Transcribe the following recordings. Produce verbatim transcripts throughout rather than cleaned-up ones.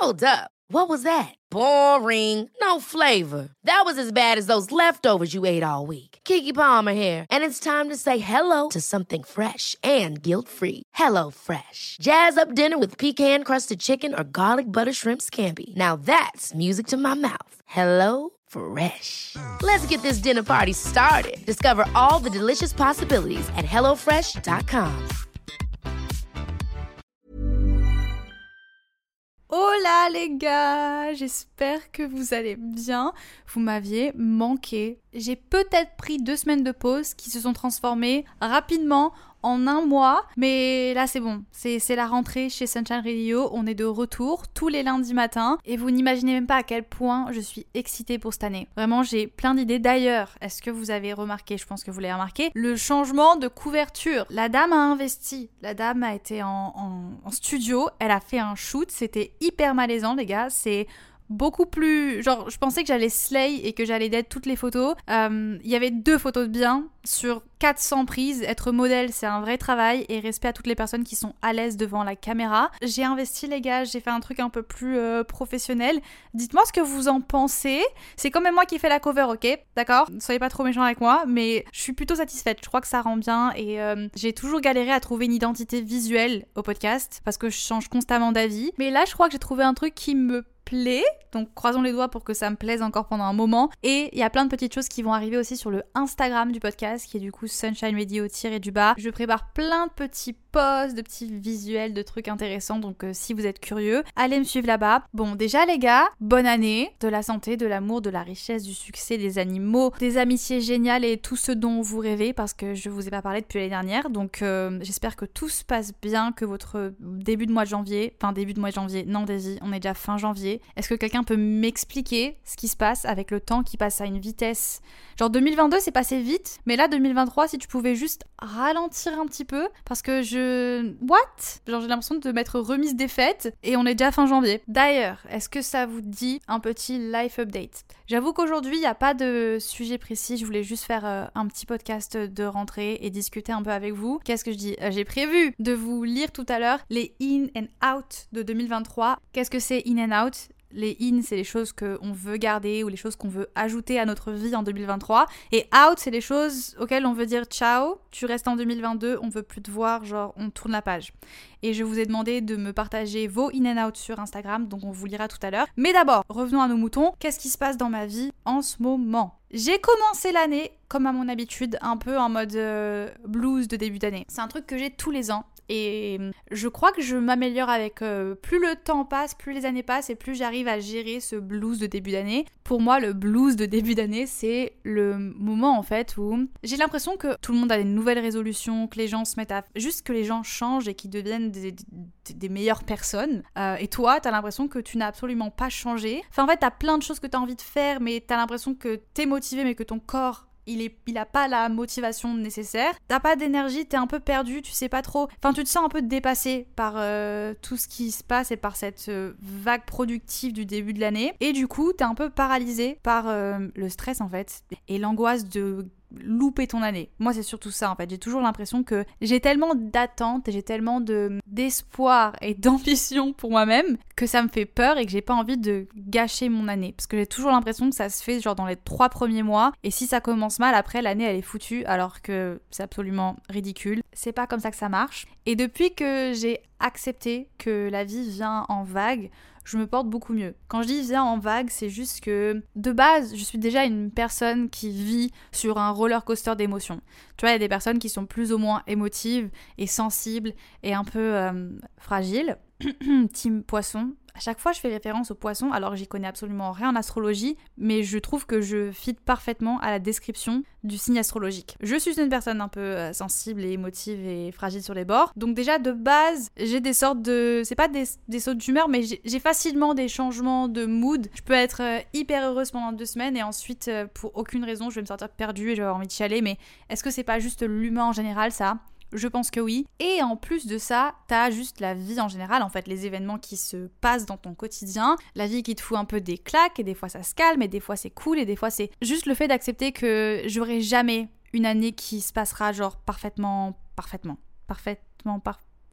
Hold up. What was that? Boring. No flavor. That was as bad as those leftovers you ate all week. Keke Palmer here, and it's time to say hello to something fresh and guilt-free. Hello Fresh. Jazz up dinner with pecan-crusted chicken or garlic butter shrimp scampi. Now that's music to my mouth. Hello Fresh. Let's get this dinner party started. Discover all the delicious possibilities at hello fresh dot com. Hola les gars, j'espère que vous allez bien. Vous m'aviez manqué. J'ai peut-être pris deux semaines de pause qui se sont transformées rapidement en un mois, mais là c'est bon, c'est, c'est la rentrée chez Sunshine Radio, on est de retour tous les lundis matins et vous n'imaginez même pas à quel point je suis excitée pour cette année. Vraiment, j'ai plein d'idées. D'ailleurs, est-ce que vous avez remarqué, je pense que vous l'avez remarqué, le changement de couverture. La dame a investi, la dame a été en, en, en studio, elle a fait un shoot, c'était hyper malaisant les gars, c'est... beaucoup plus... Genre, je pensais que j'allais slay et que j'allais dead toutes les photos. Euh, il y avait deux photos de bien sur quatre cents prises. Être modèle, c'est un vrai travail et respect à toutes les personnes qui sont à l'aise devant la caméra. J'ai investi, les gars, j'ai fait un truc un peu plus euh, professionnel. Dites-moi ce que vous en pensez. C'est quand même moi qui ai fait la cover, ok? D'accord? Ne soyez pas trop méchants avec moi, mais je suis plutôt satisfaite. Je crois que ça rend bien et euh, j'ai toujours galéré à trouver une identité visuelle au podcast parce que je change constamment d'avis. Mais là, je crois que j'ai trouvé un truc qui me plaît, donc croisons les doigts pour que ça me plaise encore pendant un moment. Et il y a plein de petites choses qui vont arriver aussi sur le Instagram du podcast qui est du coup Sunshine Radio tiré du bas. Je prépare plein de petits posts, de petits visuels, de trucs intéressants, donc euh, si vous êtes curieux, allez me suivre là-bas. Bon, déjà les gars, bonne année, de la santé, de l'amour, de la richesse, du succès, des animaux, des amitiés géniales et tout ce dont vous rêvez parce que je vous ai pas parlé depuis l'année dernière, donc euh, j'espère que tout se passe bien, que votre début de mois de janvier, enfin début de mois de janvier, non Daisy, on est déjà fin janvier. Est-ce que quelqu'un peut m'expliquer ce qui se passe avec le temps qui passe à une vitesse? Genre deux mille vingt-deux c'est passé vite, mais là deux mille vingt-trois si tu pouvais juste ralentir un petit peu parce que je... What? Genre j'ai l'impression de m'être remise des fêtes et on est déjà fin janvier. D'ailleurs, est-ce que ça vous dit un petit life update? J'avoue qu'aujourd'hui il n'y a pas de sujet précis, je voulais juste faire euh, un petit podcast de rentrée et discuter un peu avec vous. Qu'est-ce que je dis? euh, J'ai prévu de vous lire tout à l'heure les in and out de deux mille vingt-trois. Qu'est-ce que c'est in and out? Les in, c'est les choses qu'on veut garder ou les choses qu'on veut ajouter à notre vie en deux mille vingt-trois. Et out, c'est les choses auxquelles on veut dire ciao, tu restes en deux mille vingt-deux, on veut plus te voir, genre on tourne la page. Et je vous ai demandé de me partager vos in and out sur Instagram, donc on vous lira tout à l'heure. Mais d'abord, revenons à nos moutons. Qu'est-ce qui se passe dans ma vie en ce moment? J'ai commencé l'année, comme à mon habitude, un peu en mode euh, blues de début d'année. C'est un truc que j'ai tous les ans. Et je crois que je m'améliore avec euh, plus le temps passe, plus les années passent et plus j'arrive à gérer ce blues de début d'année. Pour moi, le blues de début d'année, c'est le moment en fait où j'ai l'impression que tout le monde a des nouvelles résolutions, que les gens se mettent à... Juste que les gens changent et qu'ils deviennent des, des, des meilleures personnes. Euh, et toi, t'as l'impression que tu n'as absolument pas changé. Enfin en fait, t'as plein de choses que t'as envie de faire, mais t'as l'impression que t'es motivé, mais que ton corps... Il, est, il a pas la motivation nécessaire. T'as pas d'énergie, t'es un peu perdu, tu sais pas trop. Enfin, tu te sens un peu dépassé par euh, tout ce qui se passe et par cette euh, vague productive du début de l'année. Et du coup, t'es un peu paralysé par euh, le stress en fait et l'angoisse de louper ton année. Moi, c'est surtout ça en fait. J'ai toujours l'impression que j'ai tellement d'attentes et j'ai tellement de, d'espoir et d'ambition pour moi-même que ça me fait peur et que j'ai pas envie de gâcher mon année. Parce que j'ai toujours l'impression que ça se fait genre dans les trois premiers mois et si ça commence mal, après l'année elle est foutue alors que c'est absolument ridicule. C'est pas comme ça que ça marche. Et depuis que j'ai accepté que la vie vient en vague, je me porte beaucoup mieux. Quand je dis vient en vague, c'est juste que de base, je suis déjà une personne qui vit sur un roller coaster d'émotions. Tu vois, il y a des personnes qui sont plus ou moins émotives et sensibles et un peu euh, fragiles. Team poisson. À chaque fois, je fais référence au poisson, alors que j'y connais absolument rien en astrologie, mais je trouve que je fit parfaitement à la description du signe astrologique. Je suis une personne un peu euh, sensible et émotive et fragile sur les bords, donc déjà de base, j'ai des sortes de... C'est pas des, des sautes d'humeur, mais j'ai, j'ai facilement des changements de mood. Je peux être euh, hyper heureuse pendant deux semaines et ensuite, euh, pour aucune raison, je vais me sentir perdue et je vais avoir envie de chialer, mais est-ce que c'est pas juste l'humain en général, ça ? Je pense que oui. Et en plus de ça, t'as juste la vie en général, en fait, les événements qui se passent dans ton quotidien, la vie qui te fout un peu des claques, et des fois ça se calme, et des fois c'est cool, et des fois c'est juste le fait d'accepter que j'aurai jamais une année qui se passera genre parfaitement, parfaitement, parfaitement, par...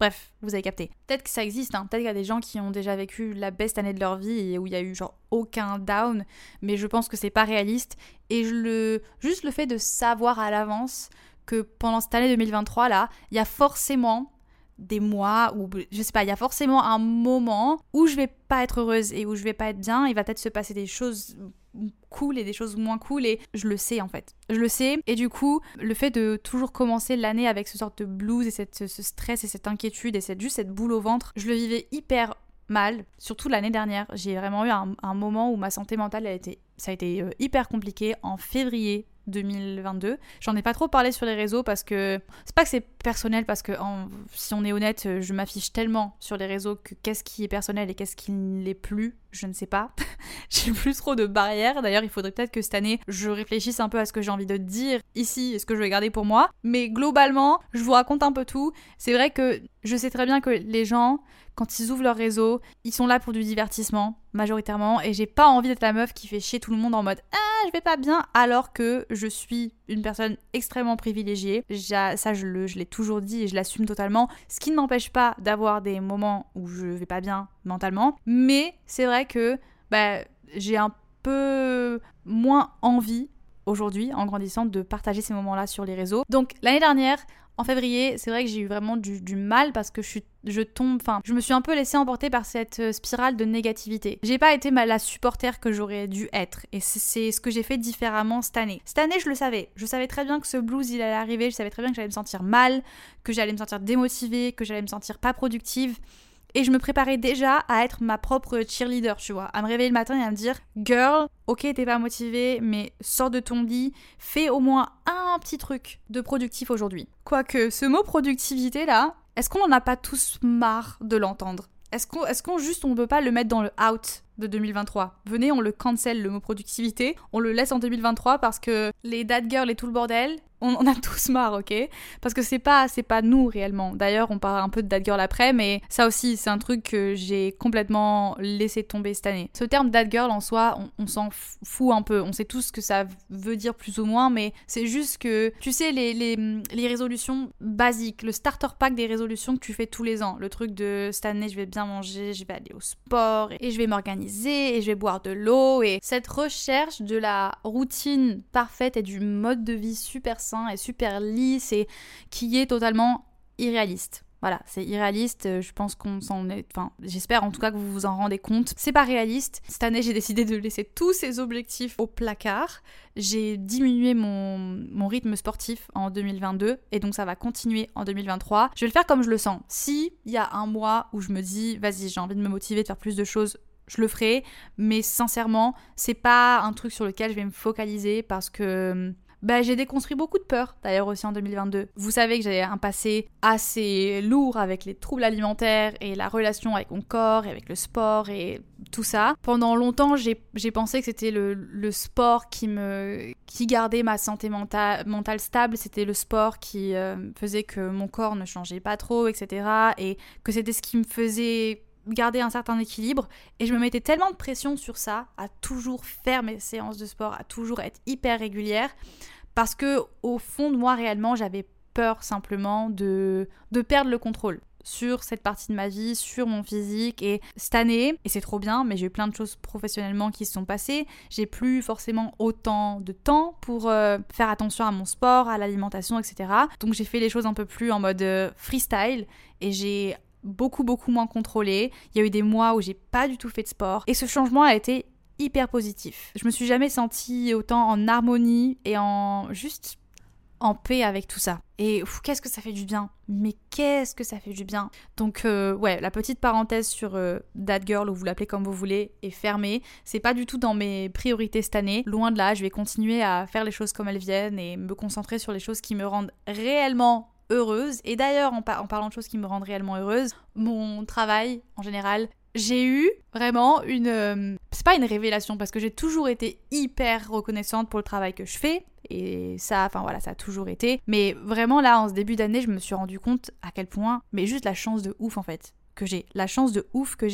Bref, vous avez capté. Peut-être que ça existe, hein. Peut-être qu'il y a des gens qui ont déjà vécu la best année de leur vie et où il y a eu genre aucun down, mais je pense que c'est pas réaliste. Et je le... juste le fait de savoir à l'avance que pendant cette année deux mille vingt-trois là, il y a forcément des mois où, je sais pas, il y a forcément un moment où je vais pas être heureuse et où je vais pas être bien. Il va peut-être se passer des choses cool et des choses moins cool et je le sais en fait. Je le sais et du coup, le fait de toujours commencer l'année avec ce sorte de blues et cette, ce stress et cette inquiétude et cette, juste cette boule au ventre, je le vivais hyper mal. Surtout l'année dernière, j'ai vraiment eu un, un moment où ma santé mentale a été, ça a été euh, hyper compliqué en février deux mille vingt-deux. J'en ai pas trop parlé sur les réseaux parce que c'est pas que c'est personnel parce que en, si on est honnête, je m'affiche tellement sur les réseaux que qu'est-ce qui est personnel et qu'est-ce qui ne l'est plus, je ne sais pas. J'ai plus trop de barrières. D'ailleurs, il faudrait peut-être que cette année, je réfléchisse un peu à ce que j'ai envie de dire ici et ce que je vais garder pour moi. Mais globalement, je vous raconte un peu tout. C'est vrai que je sais très bien que les gens, quand ils ouvrent leur réseau, ils sont là pour du divertissement, majoritairement, et j'ai pas envie d'être la meuf qui fait chier tout le monde en mode « Ah, je vais pas bien », alors que je suis une personne extrêmement privilégiée. J'ai, ça, je, le, je l'ai toujours dit et je l'assume totalement, ce qui ne m'empêche pas d'avoir des moments où je vais pas bien mentalement, mais c'est vrai que bah, j'ai un peu moins envie aujourd'hui, en grandissant, de partager ces moments-là sur les réseaux. Donc, l'année dernière, en février, c'est vrai que j'ai eu vraiment du, du mal parce que je suis, je tombe, enfin, je me suis un peu laissée emporter par cette spirale de négativité. J'ai pas été ma, la supporter que j'aurais dû être et c'est, c'est ce que j'ai fait différemment cette année. Cette année, je le savais. Je savais très bien que ce blues, il allait arriver. Je savais très bien que j'allais me sentir mal, que j'allais me sentir démotivée, que j'allais me sentir pas productive. Et je me préparais déjà à être ma propre cheerleader, tu vois. À me réveiller le matin et à me dire « Girl, ok, t'es pas motivée, mais sors de ton lit, fais au moins un petit truc de productif aujourd'hui. » Quoique, ce mot productivité là, est-ce qu'on en a pas tous marre de l'entendre ? Est-ce qu'on, est-ce qu'on juste on peut pas le mettre dans le out de deux mille vingt-trois ? Venez, on le cancel, le mot productivité, on le laisse en deux mille vingt-trois parce que les dad girls et tout le bordel, on en a tous marre, ok ? Parce que c'est pas, c'est pas nous réellement. D'ailleurs, on parle un peu de dad girl après, mais ça aussi, c'est un truc que j'ai complètement laissé tomber cette année. Ce terme dad girl en soi, on, on s'en fout un peu. On sait tous ce que ça veut dire plus ou moins, mais c'est juste que, tu sais, les, les, les résolutions basiques, le starter pack des résolutions que tu fais tous les ans. Le truc de cette année, je vais bien manger, je vais aller au sport, et je vais m'organiser, et je vais boire de l'eau, et cette recherche de la routine parfaite et du mode de vie super sain et super lisse et qui est totalement irréaliste. Voilà, c'est irréaliste, je pense qu'on s'en est... Enfin, j'espère en tout cas que vous vous en rendez compte. C'est pas réaliste. Cette année, j'ai décidé de laisser tous ces objectifs au placard. J'ai diminué mon, mon rythme sportif en deux mille vingt-deux et donc ça va continuer en deux mille vingt-trois. Je vais le faire comme je le sens. Si il y a un mois où je me dis, vas-y, j'ai envie de me motiver, de faire plus de choses, je le ferai. Mais sincèrement, c'est pas un truc sur lequel je vais me focaliser parce que... Bah, j'ai déconstruit beaucoup de peurs, d'ailleurs aussi en deux mille vingt-deux. Vous savez que j'avais un passé assez lourd avec les troubles alimentaires et la relation avec mon corps et avec le sport et tout ça. Pendant longtemps, j'ai, j'ai pensé que c'était le, le sport qui me qui gardait ma santé mentale, mentale stable, c'était le sport qui euh, faisait que mon corps ne changeait pas trop, et cetera. Et que c'était ce qui me faisait... garder un certain équilibre et je me mettais tellement de pression sur ça, à toujours faire mes séances de sport, à toujours être hyper régulière parce que au fond de moi réellement j'avais peur simplement de, de perdre le contrôle sur cette partie de ma vie, sur mon physique et cette année, et c'est trop bien mais j'ai eu plein de choses professionnellement qui se sont passées, j'ai plus forcément autant de temps pour euh, faire attention à mon sport, à l'alimentation, et cetera. Donc j'ai fait les choses un peu plus en mode euh, freestyle et j'ai beaucoup beaucoup moins contrôlé. Il y a eu des mois où j'ai pas du tout fait de sport et ce changement a été hyper positif. Je me suis jamais sentie autant en harmonie et en juste en paix avec tout ça. Et ouf, qu'est-ce que ça fait du bien. Mais qu'est-ce que ça fait du bien. Donc euh, ouais, la petite parenthèse sur euh, That Girl, ou vous l'appelez comme vous voulez, est fermée. C'est pas du tout dans mes priorités cette année. Loin de là, je vais continuer à faire les choses comme elles viennent et me concentrer sur les choses qui me rendent réellement heureuse. Et d'ailleurs, en, par- en parlant de choses qui me rendent réellement heureuse, mon travail en général, j'ai eu vraiment une... Euh, c'est pas une révélation parce que j'ai toujours été hyper reconnaissante pour le travail que je fais. Et ça, enfin voilà, ça a toujours été. Mais vraiment là, en ce début d'année, je me suis rendu compte à quel point, mais juste la chance de ouf en fait, que j'ai. La chance de ouf que j'ai.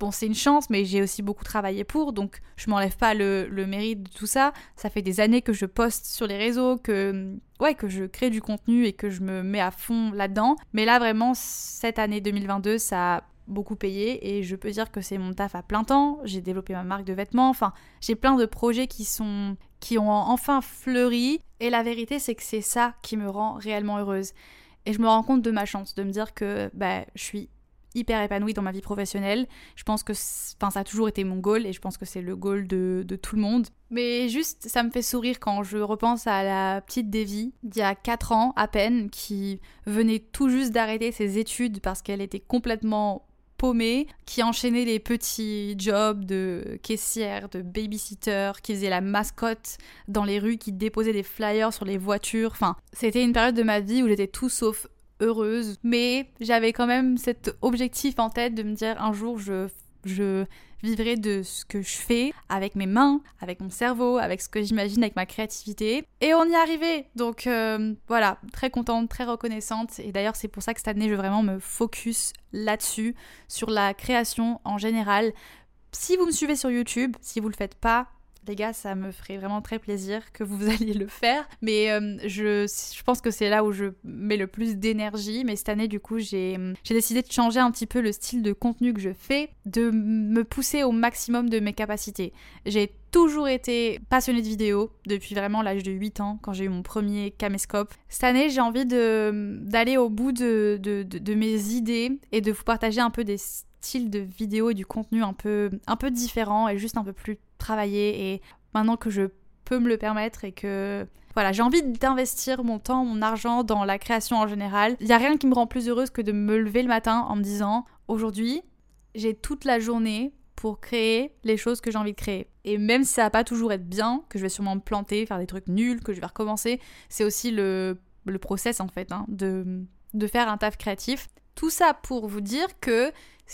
Bon, c'est une chance, mais j'ai aussi beaucoup travaillé pour, donc je m'enlève pas le, le mérite de tout ça. Ça fait des années que je poste sur les réseaux, que, ouais, que je crée du contenu et que je me mets à fond là-dedans. Mais là, vraiment, cette année deux mille vingt-deux, ça a beaucoup payé et je peux dire que c'est mon taf à plein temps. J'ai développé ma marque de vêtements, enfin, j'ai plein de projets qui sont, qui ont enfin fleuri. Et la vérité, c'est que c'est ça qui me rend réellement heureuse. Et je me rends compte de ma chance, de me dire que bah, je suis hyper épanouie dans ma vie professionnelle. Je pense que enfin, ça a toujours été mon goal et je pense que c'est le goal de, de tout le monde. Mais juste, ça me fait sourire quand je repense à la petite Davy d'il y a quatre ans à peine, qui venait tout juste d'arrêter ses études parce qu'elle était complètement paumée, qui enchaînait les petits jobs de caissière, de babysitter, qui faisait la mascotte dans les rues, qui déposait des flyers sur les voitures. Enfin, c'était une période de ma vie où j'étais tout sauf heureuse, mais j'avais quand même cet objectif en tête de me dire un jour je, je vivrai de ce que je fais avec mes mains, avec mon cerveau, avec ce que j'imagine, avec ma créativité, et on y est arrivé. Donc euh, voilà, très contente, très reconnaissante, et d'ailleurs c'est pour ça que cette année je veux vraiment me focus là-dessus, sur la création en général. Si vous me suivez sur YouTube, si vous le faites pas, les gars, ça me ferait vraiment très plaisir que vous alliez le faire. Mais euh, je, je pense que c'est là où je mets le plus d'énergie. Mais cette année, du coup, j'ai, j'ai décidé de changer un petit peu le style de contenu que je fais, de me pousser au maximum de mes capacités. J'ai toujours été passionnée de vidéo depuis vraiment l'âge de huit ans, quand j'ai eu mon premier caméscope. Cette année, j'ai envie de, d'aller au bout de, de, de, de mes idées et de vous partager un peu des styles de vidéo et du contenu un peu, un peu différent et juste un peu plus travaillé. Et maintenant que je peux me le permettre et que voilà, j'ai envie d'investir mon temps, mon argent dans la création en général. Il n'y a rien qui me rend plus heureuse que de me lever le matin en me disant aujourd'hui, j'ai toute la journée pour créer les choses que j'ai envie de créer. Et même si ça va pas toujours être bien, que je vais sûrement me planter, faire des trucs nuls, que je vais recommencer, c'est aussi le, le process en fait, hein, de, de faire un taf créatif. Tout ça pour vous dire que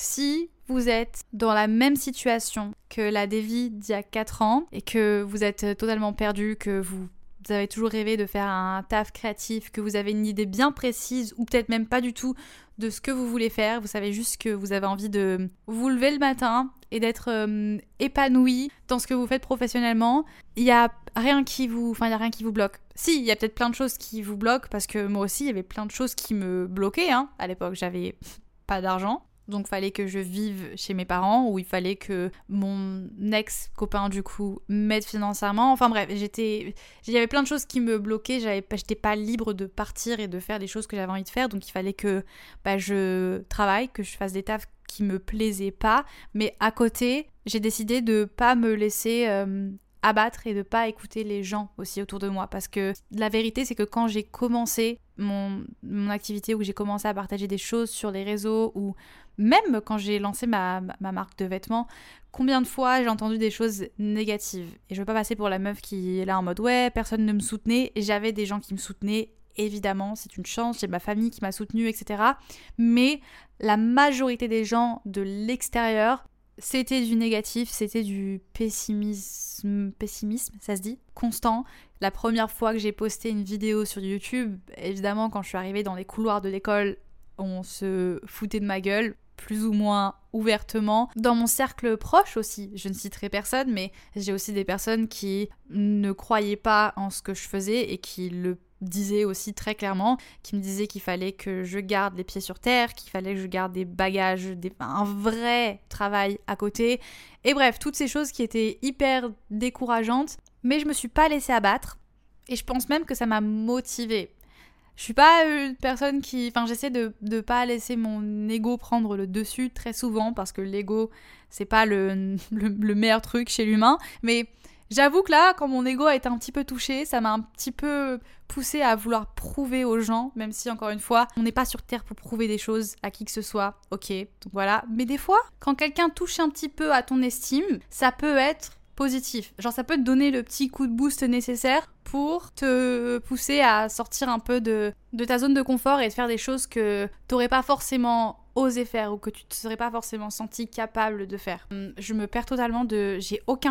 si vous êtes dans la même situation que la Davy d'il y a quatre ans et que vous êtes totalement perdu, que vous Vous avez toujours rêvé de faire un taf créatif, que vous avez une idée bien précise ou peut-être même pas du tout de ce que vous voulez faire. Vous savez juste que vous avez envie de vous lever le matin et d'être euh, épanoui dans ce que vous faites professionnellement. Il y a rien qui vous, enfin il y a rien qui vous bloque. Si, il y a peut-être plein de choses qui vous bloquent parce que moi aussi il y avait plein de choses qui me bloquaient. Hein. À l'époque, j'avais pas d'argent. Donc il fallait que je vive chez mes parents ou il fallait que mon ex-copain du coup m'aide financièrement. Enfin bref, j'étais, il y avait plein de choses qui me bloquaient, j'avais, j'étais pas libre de partir et de faire les choses que j'avais envie de faire. Donc il fallait que bah, je travaille, que je fasse des tafs qui me plaisaient pas. Mais à côté, j'ai décidé de pas me laisser euh, abattre et de pas écouter les gens aussi autour de moi. Parce que la vérité c'est que quand j'ai commencé mon, mon activité, où j'ai commencé à partager des choses sur les réseaux ou même quand j'ai lancé ma, ma marque de vêtements, combien de fois j'ai entendu des choses négatives. Et je veux pas passer pour la meuf qui est là en mode « ouais, personne ne me soutenait ». Et j'avais des gens qui me soutenaient, évidemment, c'est une chance, j'ai ma famille qui m'a soutenue, et cetera. Mais la majorité des gens de l'extérieur, c'était du négatif, c'était du pessimisme, pessimisme, ça se dit, constant. La première fois que j'ai posté une vidéo sur YouTube, évidemment, quand je suis arrivée dans les couloirs de l'école, on se foutait de ma gueule, plus ou moins ouvertement. Dans mon cercle proche aussi, je ne citerai personne, mais j'ai aussi des personnes qui ne croyaient pas en ce que je faisais et qui le disaient aussi très clairement, qui me disaient qu'il fallait que je garde les pieds sur terre, qu'il fallait que je garde des bagages, des... un vrai travail à côté. Et bref, toutes ces choses qui étaient hyper décourageantes, mais je me suis pas laissée abattre et je pense même que ça m'a motivée. Je suis pas une personne qui... Enfin, j'essaie de ne pas laisser mon ego prendre le dessus très souvent parce que l'ego, c'est pas le, le, le meilleur truc chez l'humain. Mais j'avoue que là, quand mon ego a été un petit peu touché, ça m'a un petit peu poussée à vouloir prouver aux gens, même si, encore une fois, on n'est pas sur Terre pour prouver des choses à qui que ce soit. Ok, donc voilà. Mais des fois, quand quelqu'un touche un petit peu à ton estime, ça peut être positif. Genre, ça peut te donner le petit coup de boost nécessaire pour te pousser à sortir un peu de, de ta zone de confort et de faire des choses que t'aurais pas forcément osé faire ou que tu te serais pas forcément senti capable de faire. Je me perds totalement de... J'ai aucun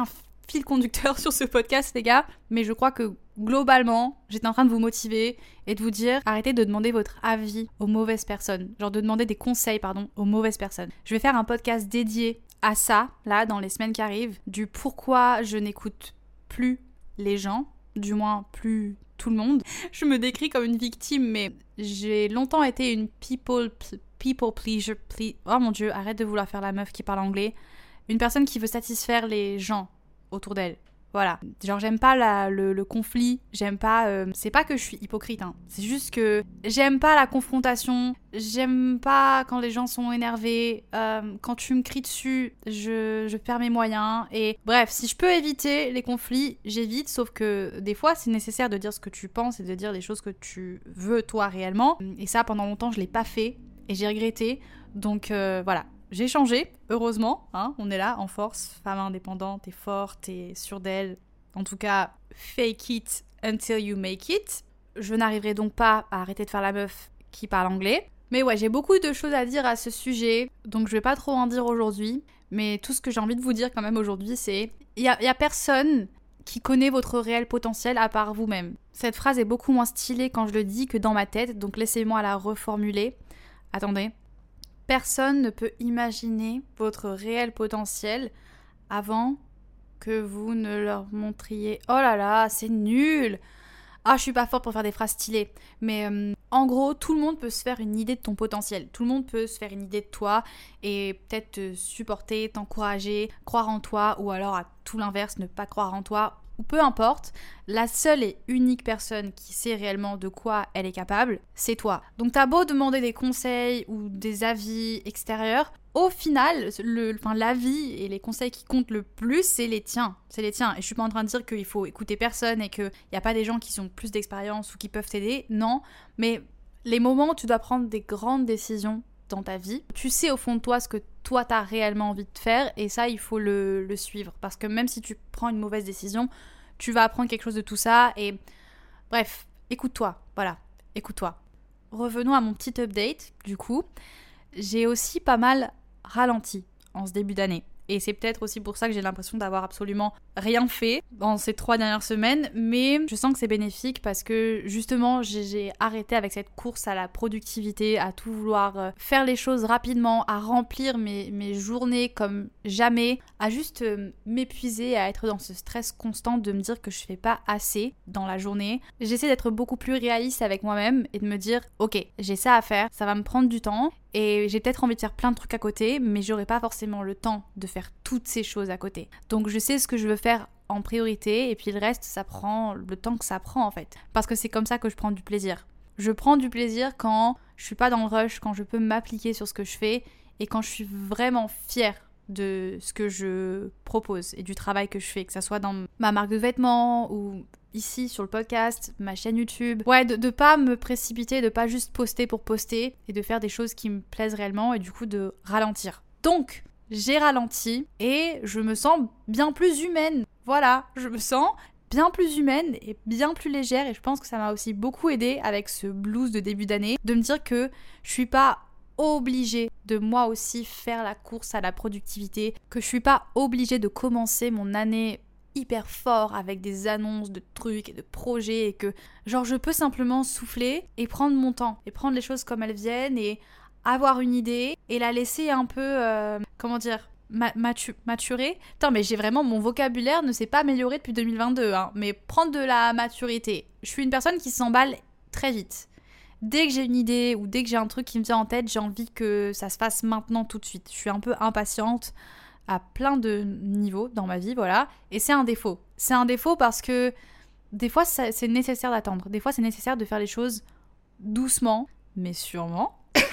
fil conducteur sur ce podcast, les gars, mais je crois que globalement, j'étais en train de vous motiver et de vous dire arrêtez de demander votre avis aux mauvaises personnes, genre de demander des conseils, pardon, aux mauvaises personnes. Je vais faire un podcast dédié à ça, là, dans les semaines qui arrivent, du pourquoi je n'écoute plus les gens, du moins plus tout le monde. Je me décris comme une victime, mais j'ai longtemps été une people, people pleaser, please. Oh mon Dieu, arrête de vouloir faire la meuf qui parle anglais. Une personne qui veut satisfaire les gens autour d'elle. Voilà. Genre, j'aime pas la, le, le conflit, j'aime pas... Euh, c'est pas que je suis hypocrite, hein. C'est juste que j'aime pas la confrontation, j'aime pas quand les gens sont énervés, euh, quand tu me cries dessus, je, je perds mes moyens, et bref, si je peux éviter les conflits, j'évite, sauf que des fois, c'est nécessaire de dire ce que tu penses et de dire les choses que tu veux, toi, réellement. Et ça, pendant longtemps, je l'ai pas fait, et j'ai regretté, donc euh, voilà. J'ai changé, heureusement, hein, on est là, en force, femme indépendante, t'es forte, t'es sûre d'elle. En tout cas, fake it until you make it. Je n'arriverai donc pas à arrêter de faire la meuf qui parle anglais. Mais ouais, j'ai beaucoup de choses à dire à ce sujet, donc je vais pas trop en dire aujourd'hui. Mais tout ce que j'ai envie de vous dire quand même aujourd'hui, c'est... Il y a, y a personne qui connaît votre réel potentiel à part vous-même. Cette phrase est beaucoup moins stylée quand je le dis que dans ma tête, donc laissez-moi la reformuler. Attendez... Personne ne peut imaginer votre réel potentiel avant que vous ne leur montriez... Oh là là, c'est nul! Ah, je suis pas forte pour faire des phrases stylées. Mais euh, en gros, tout le monde peut se faire une idée de ton potentiel. Tout le monde peut se faire une idée de toi et peut-être te supporter, t'encourager, croire en toi, ou alors à tout l'inverse, ne pas croire en toi, ou peu importe. La seule et unique personne qui sait réellement de quoi elle est capable, c'est toi. Donc t'as beau demander des conseils ou des avis extérieurs, au final, le, enfin, l'avis et les conseils qui comptent le plus, c'est les tiens. C'est les tiens. Et je suis pas en train de dire qu'il faut écouter personne et qu'il n'y a pas des gens qui ont plus d'expérience ou qui peuvent t'aider. Non, mais les moments où tu dois prendre des grandes décisions dans ta vie, tu sais au fond de toi ce que toi t'as réellement envie de faire, et ça, il faut le, le suivre. Parce que même si tu prends une mauvaise décision, tu vas apprendre quelque chose de tout ça. Et bref, écoute-toi. Voilà, écoute-toi. Revenons à mon petit update, du coup. J'ai aussi pas mal ralenti en ce début d'année. Et c'est peut-être aussi pour ça que j'ai l'impression d'avoir absolument rien fait dans ces trois dernières semaines. Mais je sens que c'est bénéfique parce que justement, j'ai, j'ai arrêté avec cette course à la productivité, à tout vouloir faire les choses rapidement, à remplir mes, mes journées comme jamais, à juste m'épuiser, à être dans ce stress constant de me dire que je fais pas assez dans la journée. J'essaie d'être beaucoup plus réaliste avec moi-même et de me dire, ok, j'ai ça à faire, ça va me prendre du temps. Et j'ai peut-être envie de faire plein de trucs à côté, mais j'aurai pas forcément le temps de faire toutes ces choses à côté. Donc je sais ce que je veux faire en priorité, et puis le reste, ça prend le temps que ça prend en fait. Parce que c'est comme ça que je prends du plaisir. Je prends du plaisir quand je suis pas dans le rush, quand je peux m'appliquer sur ce que je fais, et quand je suis vraiment fière de ce que je propose et du travail que je fais, que ça soit dans ma marque de vêtements ou ici sur le podcast, ma chaîne YouTube. Ouais, de, de pas me précipiter, de pas juste poster pour poster et de faire des choses qui me plaisent réellement, et du coup de ralentir. Donc, j'ai ralenti et je me sens bien plus humaine. Voilà, je me sens bien plus humaine et bien plus légère, et je pense que ça m'a aussi beaucoup aidée avec ce blues de début d'année, de me dire que je suis pas obligée de moi aussi faire la course à la productivité, que je suis pas obligée de commencer mon année hyper fort avec des annonces de trucs et de projets, et que genre je peux simplement souffler et prendre mon temps et prendre les choses comme elles viennent et avoir une idée et la laisser un peu euh, comment dire ma- matu- maturer. Putain, mais j'ai vraiment, mon vocabulaire ne s'est pas amélioré depuis deux mille vingt-deux, hein, mais prendre de la maturité. Je suis une personne qui s'emballe très vite. Dès que j'ai une idée ou dès que j'ai un truc qui me vient en tête, j'ai envie que ça se fasse maintenant, tout de suite. Je suis un peu impatiente à plein de niveaux dans ma vie, voilà. Et c'est un défaut. C'est un défaut parce que des fois, ça, c'est nécessaire d'attendre. Des fois, c'est nécessaire de faire les choses doucement, mais sûrement.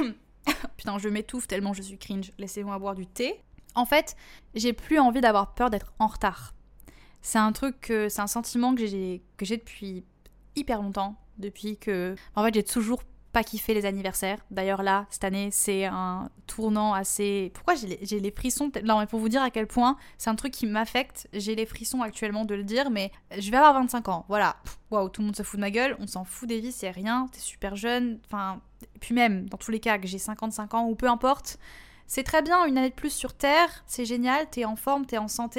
Putain, je m'étouffe tellement je suis cringe. Laissez-moi boire du thé. En fait, j'ai plus envie d'avoir peur d'être en retard. C'est un truc, que, c'est un sentiment que j'ai, que j'ai depuis hyper longtemps. Depuis que... En fait, j'ai toujours pas kiffé les anniversaires. D'ailleurs, là, cette année, c'est un tournant assez... Pourquoi j'ai les, j'ai les frissons? Non, mais pour vous dire à quel point c'est un truc qui m'affecte. J'ai les frissons actuellement de le dire, mais je vais avoir vingt-cinq ans. Voilà. Waouh, tout le monde se fout de ma gueule. On s'en fout des vies, c'est rien. T'es super jeune. Enfin... Et puis même, dans tous les cas, que j'ai cinquante-cinq ans ou peu importe, c'est très bien, une année de plus sur Terre. C'est génial, t'es en forme, t'es en santé.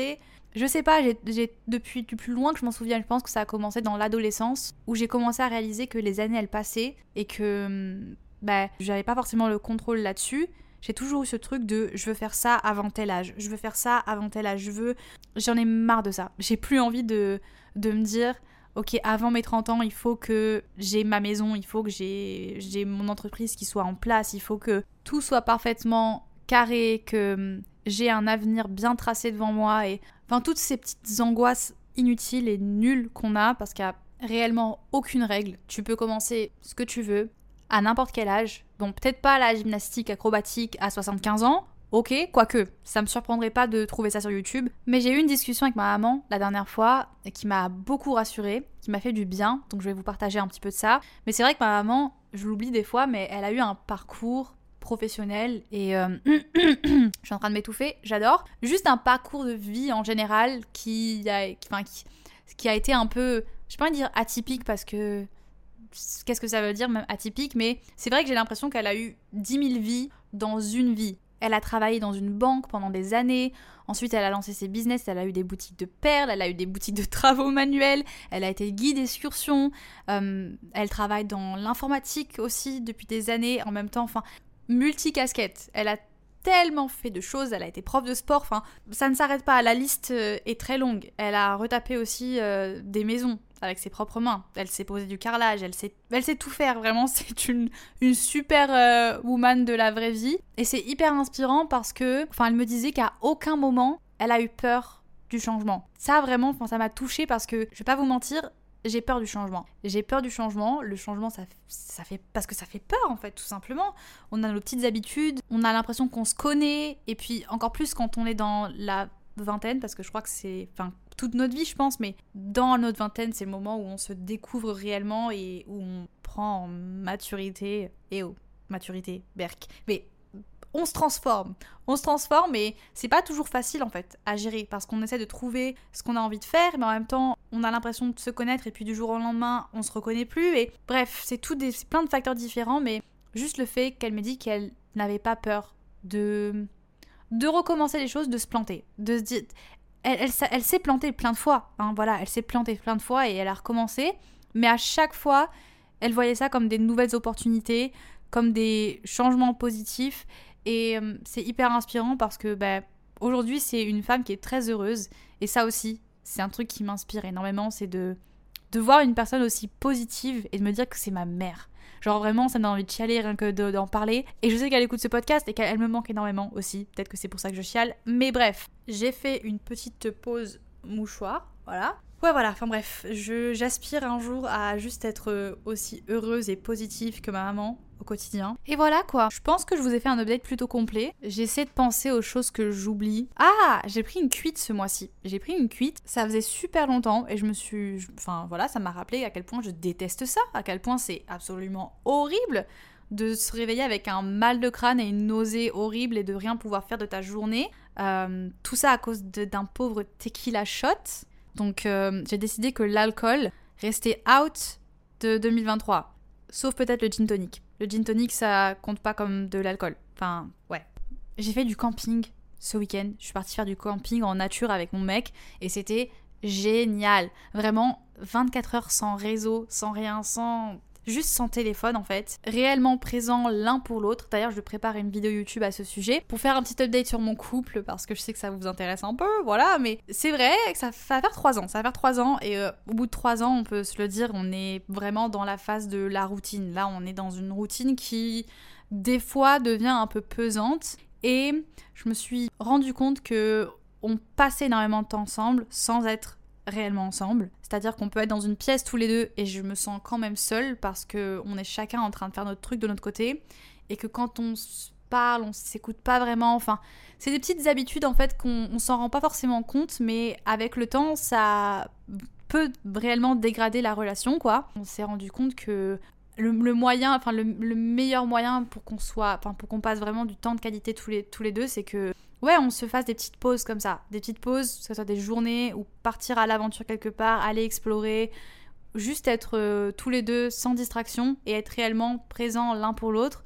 Je sais pas, j'ai, j'ai depuis du plus loin que je m'en souviens, je pense que ça a commencé dans l'adolescence, où j'ai commencé à réaliser que les années elles passaient et que bah, j'avais pas forcément le contrôle là-dessus. J'ai toujours eu ce truc de je veux faire ça avant tel âge, je veux faire ça avant tel âge, je veux... J'en ai marre de ça. J'ai plus envie de, de me dire ok, avant mes trente ans, il faut que j'ai ma maison, il faut que j'ai, j'ai mon entreprise qui soit en place, il faut que tout soit parfaitement carré, que j'ai un avenir bien tracé devant moi et enfin toutes ces petites angoisses inutiles et nulles qu'on a parce qu'il n'y a réellement aucune règle. Tu peux commencer ce que tu veux à n'importe quel âge. Bon, peut-être pas la gymnastique acrobatique à soixante-quinze ans, ok, quoique, ça me surprendrait pas de trouver ça sur YouTube. Mais j'ai eu une discussion avec ma maman la dernière fois qui m'a beaucoup rassurée, qui m'a fait du bien, donc je vais vous partager un petit peu de ça. Mais c'est vrai que ma maman, je l'oublie des fois, mais elle a eu un parcours professionnel et euh, je suis en train de m'étouffer, j'adore. Juste un parcours de vie en général qui a, qui, enfin, qui, qui a été un peu, je peux pas dire atypique parce que qu'est-ce que ça veut dire même atypique, mais c'est vrai que j'ai l'impression qu'elle a eu dix mille vies dans une vie. Elle a travaillé dans une banque pendant des années, ensuite elle a lancé ses business, elle a eu des boutiques de perles, elle a eu des boutiques de travaux manuels, elle a été guide d'excursion, euh, elle travaille dans l'informatique aussi depuis des années en même temps, enfin multicasquette. Elle a tellement fait de choses, elle a été prof de sport, enfin ça ne s'arrête pas, la liste est très longue. Elle a retapé aussi euh, des maisons avec ses propres mains, elle s'est posé du carrelage, elle sait, elle sait tout faire, vraiment c'est une, une super euh, woman de la vraie vie et c'est hyper inspirant parce que, enfin elle me disait qu'à aucun moment elle a eu peur du changement. Ça vraiment, enfin ça m'a touchée parce que, je vais pas vous mentir, j'ai peur du changement. J'ai peur du changement. Le changement, ça, ça fait... Parce que ça fait peur, en fait, tout simplement. On a nos petites habitudes, on a l'impression qu'on se connaît, et puis encore plus quand on est dans la vingtaine, parce que je crois que c'est... Enfin, toute notre vie, je pense, mais dans notre vingtaine, c'est le moment où on se découvre réellement et où on prend en maturité... Et oh, maturité, berk. Mais... on se transforme, on se transforme et c'est pas toujours facile en fait à gérer parce qu'on essaie de trouver ce qu'on a envie de faire mais en même temps on a l'impression de se connaître et puis du jour au lendemain on se reconnaît plus et bref c'est tout des, c'est plein de facteurs différents mais juste le fait qu'elle me dit qu'elle n'avait pas peur de, de recommencer les choses, de se planter, de se dire... Elle, elle, elle s'est plantée plein de fois, hein, voilà, elle s'est plantée plein de fois et elle a recommencé mais à chaque fois elle voyait ça comme des nouvelles opportunités, comme des changements positifs. Et euh, c'est hyper inspirant parce que bah, aujourd'hui, c'est une femme qui est très heureuse. Et ça aussi, c'est un truc qui m'inspire énormément. C'est de, de voir une personne aussi positive et de me dire que c'est ma mère. Genre vraiment, ça me donne envie de chialer rien que de, d'en parler. Et je sais qu'elle écoute ce podcast et qu'elle me manque énormément aussi. Peut-être que c'est pour ça que je chiale. Mais bref, j'ai fait une petite pause mouchoir. Voilà. Ouais, voilà, enfin bref, je, j'aspire un jour à juste être aussi heureuse et positive que ma maman au quotidien. Et voilà quoi, je pense que je vous ai fait un update plutôt complet. J'essaie de penser aux choses que j'oublie. Ah, j'ai pris une cuite ce mois-ci. J'ai pris une cuite, ça faisait super longtemps et je me suis... Enfin voilà, ça m'a rappelé à quel point je déteste ça, à quel point c'est absolument horrible de se réveiller avec un mal de crâne et une nausée horrible et de rien pouvoir faire de ta journée. Euh, tout ça à cause de, d'un pauvre tequila shot. Donc euh, j'ai décidé que l'alcool restait out de deux mille vingt-trois. Sauf peut-être le gin tonic. Le gin tonic, ça compte pas comme de l'alcool. Enfin, ouais. J'ai fait du camping ce week-end. Je suis partie faire du camping en nature avec mon mec. Et c'était génial. Vraiment, vingt-quatre heures sans réseau, sans rien, sans... Juste sans téléphone en fait, réellement présents l'un pour l'autre. D'ailleurs, je prépare une vidéo YouTube à ce sujet pour faire un petit update sur mon couple parce que je sais que ça vous intéresse un peu, voilà. Mais c'est vrai que ça, ça va faire trois ans, ça va faire trois ans et euh, au bout de trois ans, on peut se le dire, on est vraiment dans la phase de la routine. Là, on est dans une routine qui, des fois, devient un peu pesante et je me suis rendu compte que on passait énormément de temps ensemble sans être réellement ensemble, c'est-à-dire qu'on peut être dans une pièce tous les deux et je me sens quand même seule parce qu'on est chacun en train de faire notre truc de notre côté et que quand on se parle, on s'écoute pas vraiment, enfin c'est des petites habitudes en fait qu'on on s'en rend pas forcément compte mais avec le temps ça peut réellement dégrader la relation quoi. On s'est rendu compte que le, le moyen, enfin le, le meilleur moyen pour qu'on soit, enfin pour qu'on passe vraiment du temps de qualité tous les, tous les deux c'est que ouais, on se fasse des petites pauses comme ça, des petites pauses, que ce soit des journées ou partir à l'aventure quelque part, aller explorer, juste être euh, tous les deux sans distraction et être réellement présents l'un pour l'autre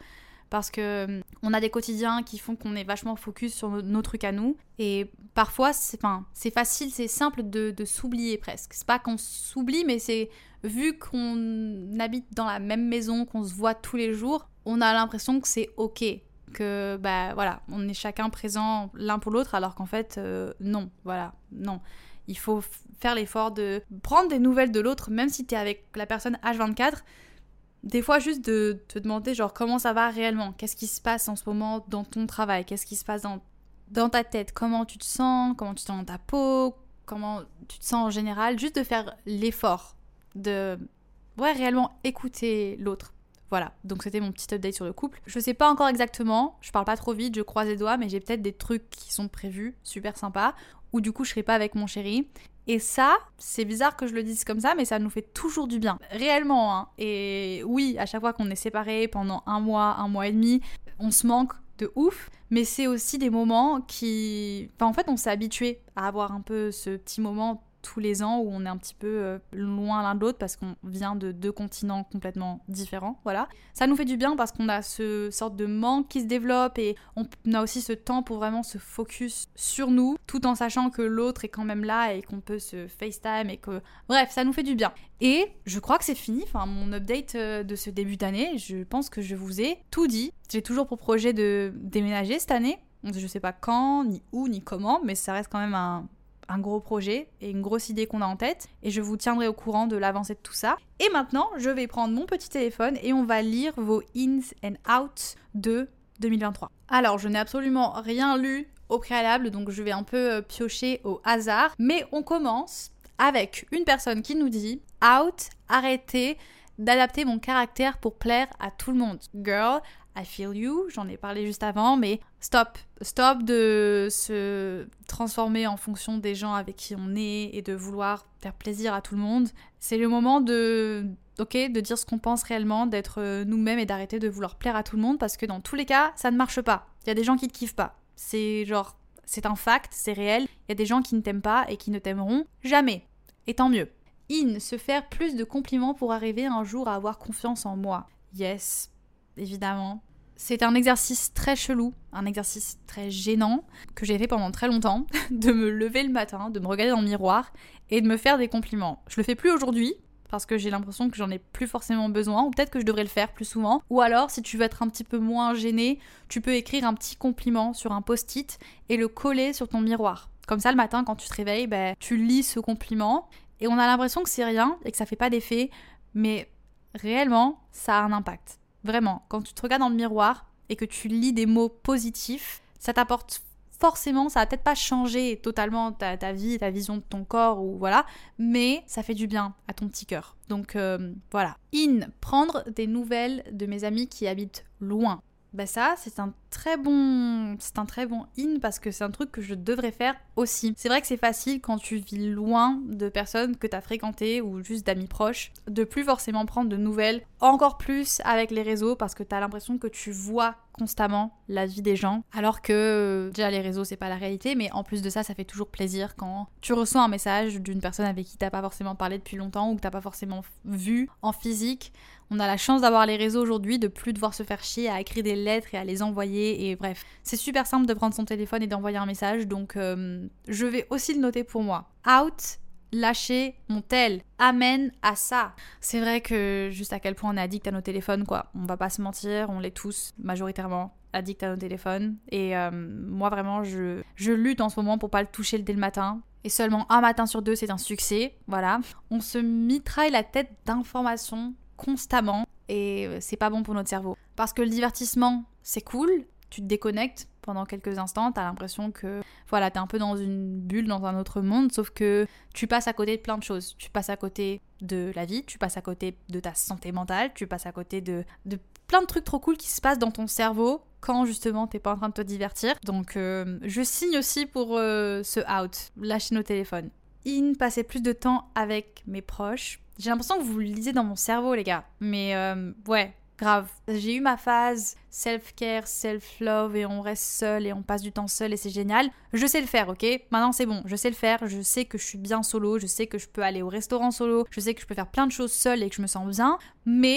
parce que on a des quotidiens qui font qu'on est vachement focus sur nos, nos trucs à nous et parfois c'est, enfin, c'est facile, c'est simple de, de s'oublier presque. C'est pas qu'on s'oublie, mais c'est vu qu'on habite dans la même maison, qu'on se voit tous les jours, on a l'impression que c'est ok, que bah voilà, on est chacun présent l'un pour l'autre, alors qu'en fait euh, non, voilà, non. Il faut faire l'effort de prendre des nouvelles de l'autre, même si t'es avec la personne H vingt-quatre. Des fois, juste de te demander genre comment ça va réellement, qu'est-ce qui se passe en ce moment dans ton travail, qu'est-ce qui se passe dans, dans ta tête, comment tu te sens, comment tu te sens dans ta peau, comment tu te sens en général, juste de faire l'effort de ouais, réellement écouter l'autre. Voilà, donc c'était mon petit update sur le couple. Je sais pas encore exactement, je parle pas trop vite, je croise les doigts, mais j'ai peut-être des trucs qui sont prévus, super sympas, où du coup je serai pas avec mon chéri. Et ça, c'est bizarre que je le dise comme ça, mais ça nous fait toujours du bien. Réellement, hein. Et oui, à chaque fois qu'on est séparés pendant un mois, un mois et demi, on se manque de ouf. Mais c'est aussi des moments qui... Enfin, en fait, on s'est habitué à avoir un peu ce petit moment tous les ans où on est un petit peu euh, loin l'un de l'autre parce qu'on vient de deux continents complètement différents, voilà. Ça nous fait du bien parce qu'on a ce sorte de manque qui se développe et on a aussi ce temps pour vraiment se focus sur nous tout en sachant que l'autre est quand même là et qu'on peut se FaceTime et que... Bref, ça nous fait du bien. Et je crois que c'est fini, enfin mon update de ce début d'année, je pense que je vous ai tout dit. J'ai toujours pour projet de déménager cette année, je sais pas quand, ni où, ni comment, mais ça reste quand même un... un gros projet et une grosse idée qu'on a en tête et je vous tiendrai au courant de l'avancée de tout ça. Et maintenant, je vais prendre mon petit téléphone et on va lire vos ins and outs de deux mille vingt-trois. Alors, je n'ai absolument rien lu au préalable, donc je vais un peu piocher au hasard, mais on commence avec une personne qui nous dit « Out, arrêtez d'adapter mon caractère pour plaire à tout le monde. Girl, I feel you », j'en ai parlé juste avant, mais stop. Stop de se transformer en fonction des gens avec qui on est et de vouloir faire plaisir à tout le monde. C'est le moment de, ok, de dire ce qu'on pense réellement, d'être nous-mêmes et d'arrêter de vouloir plaire à tout le monde parce que dans tous les cas, ça ne marche pas. Il y a des gens qui te kiffent pas. C'est genre, c'est un fact, c'est réel. Il y a des gens qui ne t'aiment pas et qui ne t'aimeront jamais. Et tant mieux. In, se faire plus de compliments pour arriver un jour à avoir confiance en moi. Yes, évidemment. C'est un exercice très chelou, un exercice très gênant que j'ai fait pendant très longtemps, de me lever le matin, de me regarder dans le miroir et de me faire des compliments. Je le fais plus aujourd'hui parce que j'ai l'impression que j'en ai plus forcément besoin ou peut-être que je devrais le faire plus souvent. Ou alors, si tu veux être un petit peu moins gêné, tu peux écrire un petit compliment sur un post-it et le coller sur ton miroir. Comme ça, le matin, quand tu te réveilles, ben, tu lis ce compliment et on a l'impression que c'est rien et que ça fait pas d'effet, mais réellement, ça a un impact. Vraiment, quand tu te regardes dans le miroir et que tu lis des mots positifs, ça t'apporte forcément, ça va peut-être pas changer totalement ta, ta vie, ta vision de ton corps ou voilà, mais ça fait du bien à ton petit cœur. Donc euh, voilà. In, prendre des nouvelles de mes amis qui habitent loin. Bah ça, c'est un très bon, c'est un très bon in parce que c'est un truc que je devrais faire aussi. C'est vrai que c'est facile quand tu vis loin de personnes que t'as fréquentées ou juste d'amis proches, de plus forcément prendre de nouvelles, encore plus avec les réseaux parce que t'as l'impression que tu vois constamment la vie des gens, alors que déjà les réseaux c'est pas la réalité, mais en plus de ça, ça fait toujours plaisir quand tu reçois un message d'une personne avec qui t'as pas forcément parlé depuis longtemps ou que t'as pas forcément vu en physique. On a la chance d'avoir les réseaux aujourd'hui, de plus devoir se faire chier à écrire des lettres et à les envoyer, et bref. C'est super simple de prendre son téléphone et d'envoyer un message, donc euh, je vais aussi le noter pour moi. Out, lâcher mon tel. Amen à ça. C'est vrai que juste à quel point on est addict à nos téléphones, quoi. On va pas se mentir, on l'est tous, majoritairement, addicts à nos téléphones. Et euh, moi, vraiment, je, je lutte en ce moment pour pas le toucher dès le matin. Et seulement un matin sur deux, c'est un succès, voilà. On se mitraille la tête d'informations constamment et c'est pas bon pour notre cerveau. Parce que le divertissement, c'est cool, tu te déconnectes pendant quelques instants, t'as l'impression que voilà, t'es un peu dans une bulle, dans un autre monde, sauf que tu passes à côté de plein de choses. Tu passes à côté de la vie, tu passes à côté de ta santé mentale, tu passes à côté de, de plein de trucs trop cool qui se passent dans ton cerveau quand justement t'es pas en train de te divertir. Donc euh, je signe aussi pour euh, ce out, lâcher nos téléphones. In, passer plus de temps avec mes proches. J'ai l'impression que vous le lisez dans mon cerveau, les gars. Mais euh, ouais, grave. J'ai eu ma phase self-care, self-love et on reste seul et on passe du temps seul et c'est génial. Je sais le faire, ok ? Maintenant, c'est bon. Je sais le faire. Je sais que je suis bien solo. Je sais que je peux aller au restaurant solo. Je sais que je peux faire plein de choses seule et que je me sens bien. Mais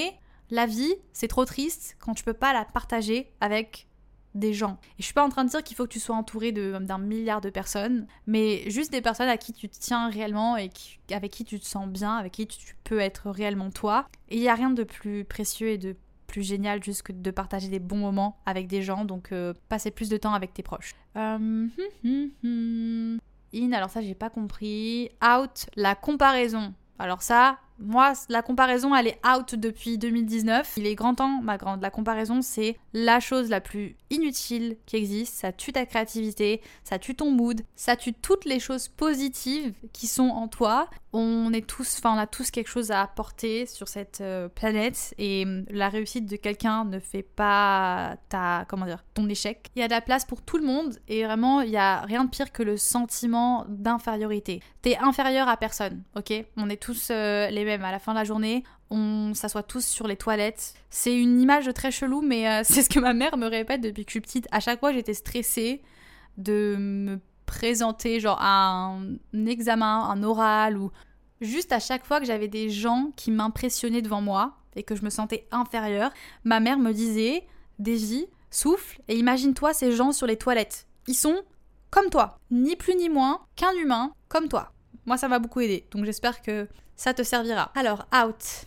La vie, c'est trop triste quand tu peux pas la partager avec des gens. Et je suis pas en train de dire qu'il faut que tu sois entouré de, d'un milliard de personnes, mais juste des personnes à qui tu te tiens réellement et qui, avec qui tu te sens bien, avec qui tu peux être réellement toi. Et il y a rien de plus précieux et de plus génial juste que de partager des bons moments avec des gens, donc euh, passer plus de temps avec tes proches. Euh, hum, hum, hum. In, alors ça j'ai pas compris. Out, la comparaison. Alors ça, moi, la comparaison, elle est out depuis deux mille dix-neuf. Il est grand temps, ma grande. La comparaison, c'est la chose la plus inutile qui existe. Ça tue ta créativité, ça tue ton mood, ça tue toutes les choses positives qui sont en toi. On est tous, enfin, on a tous quelque chose à apporter sur cette euh, planète et euh, la réussite de quelqu'un ne fait pas ta, comment dire, ton échec. Il y a de la place pour tout le monde et vraiment, il y a rien de pire que le sentiment d'infériorité. T'es inférieur à personne, ok ? On est tous euh, les mêmes. À la fin de la journée, on s'assoit tous sur les toilettes. C'est une image très chelou, mais euh, c'est ce que ma mère me répète depuis que je suis petite. À chaque fois, j'étais stressée de me présenter genre à un examen, un oral ou juste à chaque fois que j'avais des gens qui m'impressionnaient devant moi et que je me sentais inférieure, ma mère me disait « Daisy, souffle et imagine-toi ces gens sur les toilettes. Ils sont comme toi, ni plus ni moins qu'un humain comme toi. » Moi, ça m'a beaucoup aidé, donc j'espère que ça te servira. Alors, out.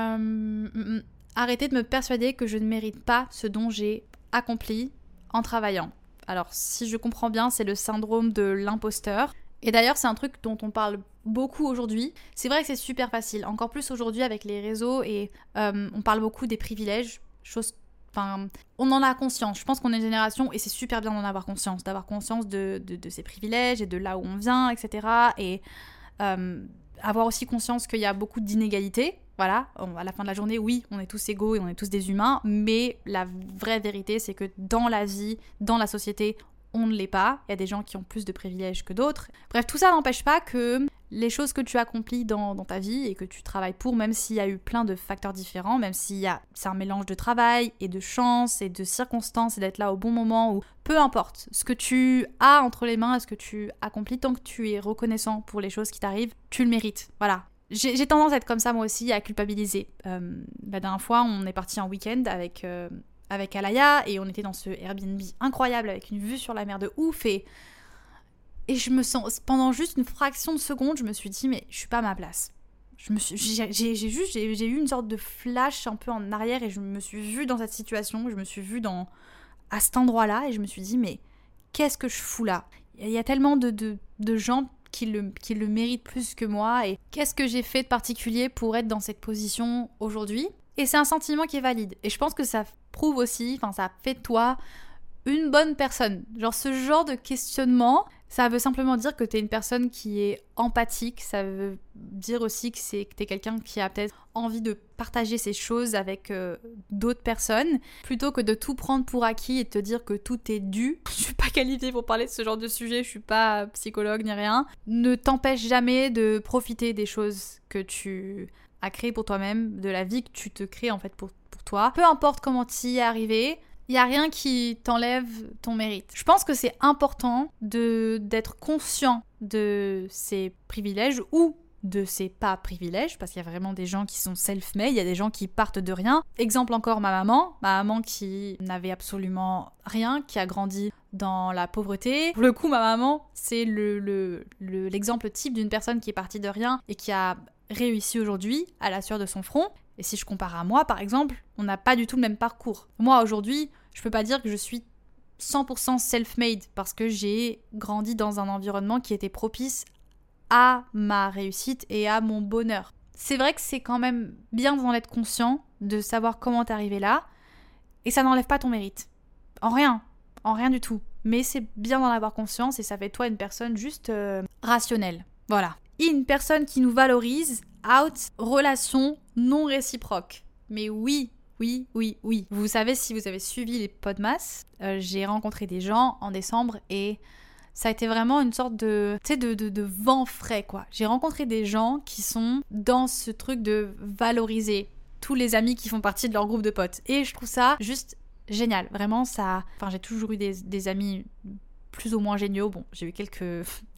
Euh, arrêtez de me persuader que je ne mérite pas ce dont j'ai accompli en travaillant. Alors, si je comprends bien, c'est le syndrome de l'imposteur. Et d'ailleurs, c'est un truc dont on parle beaucoup aujourd'hui. C'est vrai que c'est super facile, encore plus aujourd'hui avec les réseaux, et euh, on parle beaucoup des privilèges, chose... Enfin, on en a conscience. Je pense qu'on est une génération, et c'est super bien d'en avoir conscience, d'avoir conscience de, de, de ses privilèges et de là où on vient, et cetera. Et euh, avoir aussi conscience qu'il y a beaucoup d'inégalités. Voilà, à la fin de la journée, oui, on est tous égaux et on est tous des humains, mais la vraie vérité, c'est que dans la vie, dans la société, on ne l'est pas. Il y a des gens qui ont plus de privilèges que d'autres. Bref, tout ça n'empêche pas que les choses que tu accomplis dans, dans ta vie et que tu travailles pour, même s'il y a eu plein de facteurs différents, même s'il y a, c'est un mélange de travail et de chance et de circonstances et d'être là au bon moment, ou peu importe, ce que tu as entre les mains et ce que tu accomplis, tant que tu es reconnaissant pour les choses qui t'arrivent, tu le mérites. Voilà. J'ai, j'ai tendance à être comme ça moi aussi, à culpabiliser. Euh, la dernière fois, on est parti en week-end avec... Euh, avec Alaya, et on était dans ce Airbnb incroyable avec une vue sur la mer de ouf, et, et je me sens, pendant juste une fraction de seconde, je me suis dit, mais je suis pas à ma place. Je me suis, j'ai, j'ai, j'ai juste, j'ai, j'ai eu une sorte de flash un peu en arrière, et je me suis vue dans cette situation, je me suis vue dans, à cet endroit-là, et je me suis dit, mais qu'est-ce que je fous là ? Il y a tellement de, de, de gens qui le, qui le méritent plus que moi, et qu'est-ce que j'ai fait de particulier pour être dans cette position aujourd'hui ? Et c'est un sentiment qui est valide. Et je pense que ça prouve aussi, enfin ça fait de toi une bonne personne. Genre ce genre de questionnement, ça veut simplement dire que t'es une personne qui est empathique. Ça veut dire aussi que, c'est, que t'es quelqu'un qui a peut-être envie de partager ces choses avec euh, d'autres personnes, plutôt que de tout prendre pour acquis et de te dire que tout est dû. Je suis pas qualifiée pour parler de ce genre de sujet, je suis pas psychologue ni rien. Ne t'empêche jamais de profiter des choses que tu... à créer pour toi-même, de la vie que tu te crées en fait pour, pour toi. Peu importe comment t'y es arrivé, il n'y a rien qui t'enlève ton mérite. Je pense que c'est important de, d'être conscient de ses privilèges ou de ses pas privilèges, parce qu'il y a vraiment des gens qui sont self-made, il y a des gens qui partent de rien. Exemple encore ma maman, ma maman qui n'avait absolument rien, qui a grandi dans la pauvreté. Pour le coup, ma maman, c'est le, le, le, l'exemple type d'une personne qui est partie de rien et qui a réussi aujourd'hui à la sueur de son front. Et si je compare à moi, par exemple, on n'a pas du tout le même parcours. Moi, aujourd'hui, je peux pas dire que je suis cent pour cent self-made parce que j'ai grandi dans un environnement qui était propice à ma réussite et à mon bonheur. C'est vrai que c'est quand même bien d'en être conscient, de savoir comment t'es arrivé là, et ça n'enlève pas ton mérite. En rien, en rien du tout. Mais c'est bien d'en avoir conscience et ça fait de toi une personne juste euh, rationnelle. Voilà. Une personne qui nous valorise, out, relation non réciproque. Mais oui, oui, oui, oui. Vous savez, si vous avez suivi les Podmas, euh, j'ai rencontré des gens en décembre et ça a été vraiment une sorte de, tu sais, de, de, de vent frais, quoi. J'ai rencontré des gens qui sont dans ce truc de valoriser tous les amis qui font partie de leur groupe de potes. Et je trouve ça juste génial. Vraiment, ça... Enfin, j'ai toujours eu des, des amis plus ou moins géniaux. Bon, j'ai eu quelques...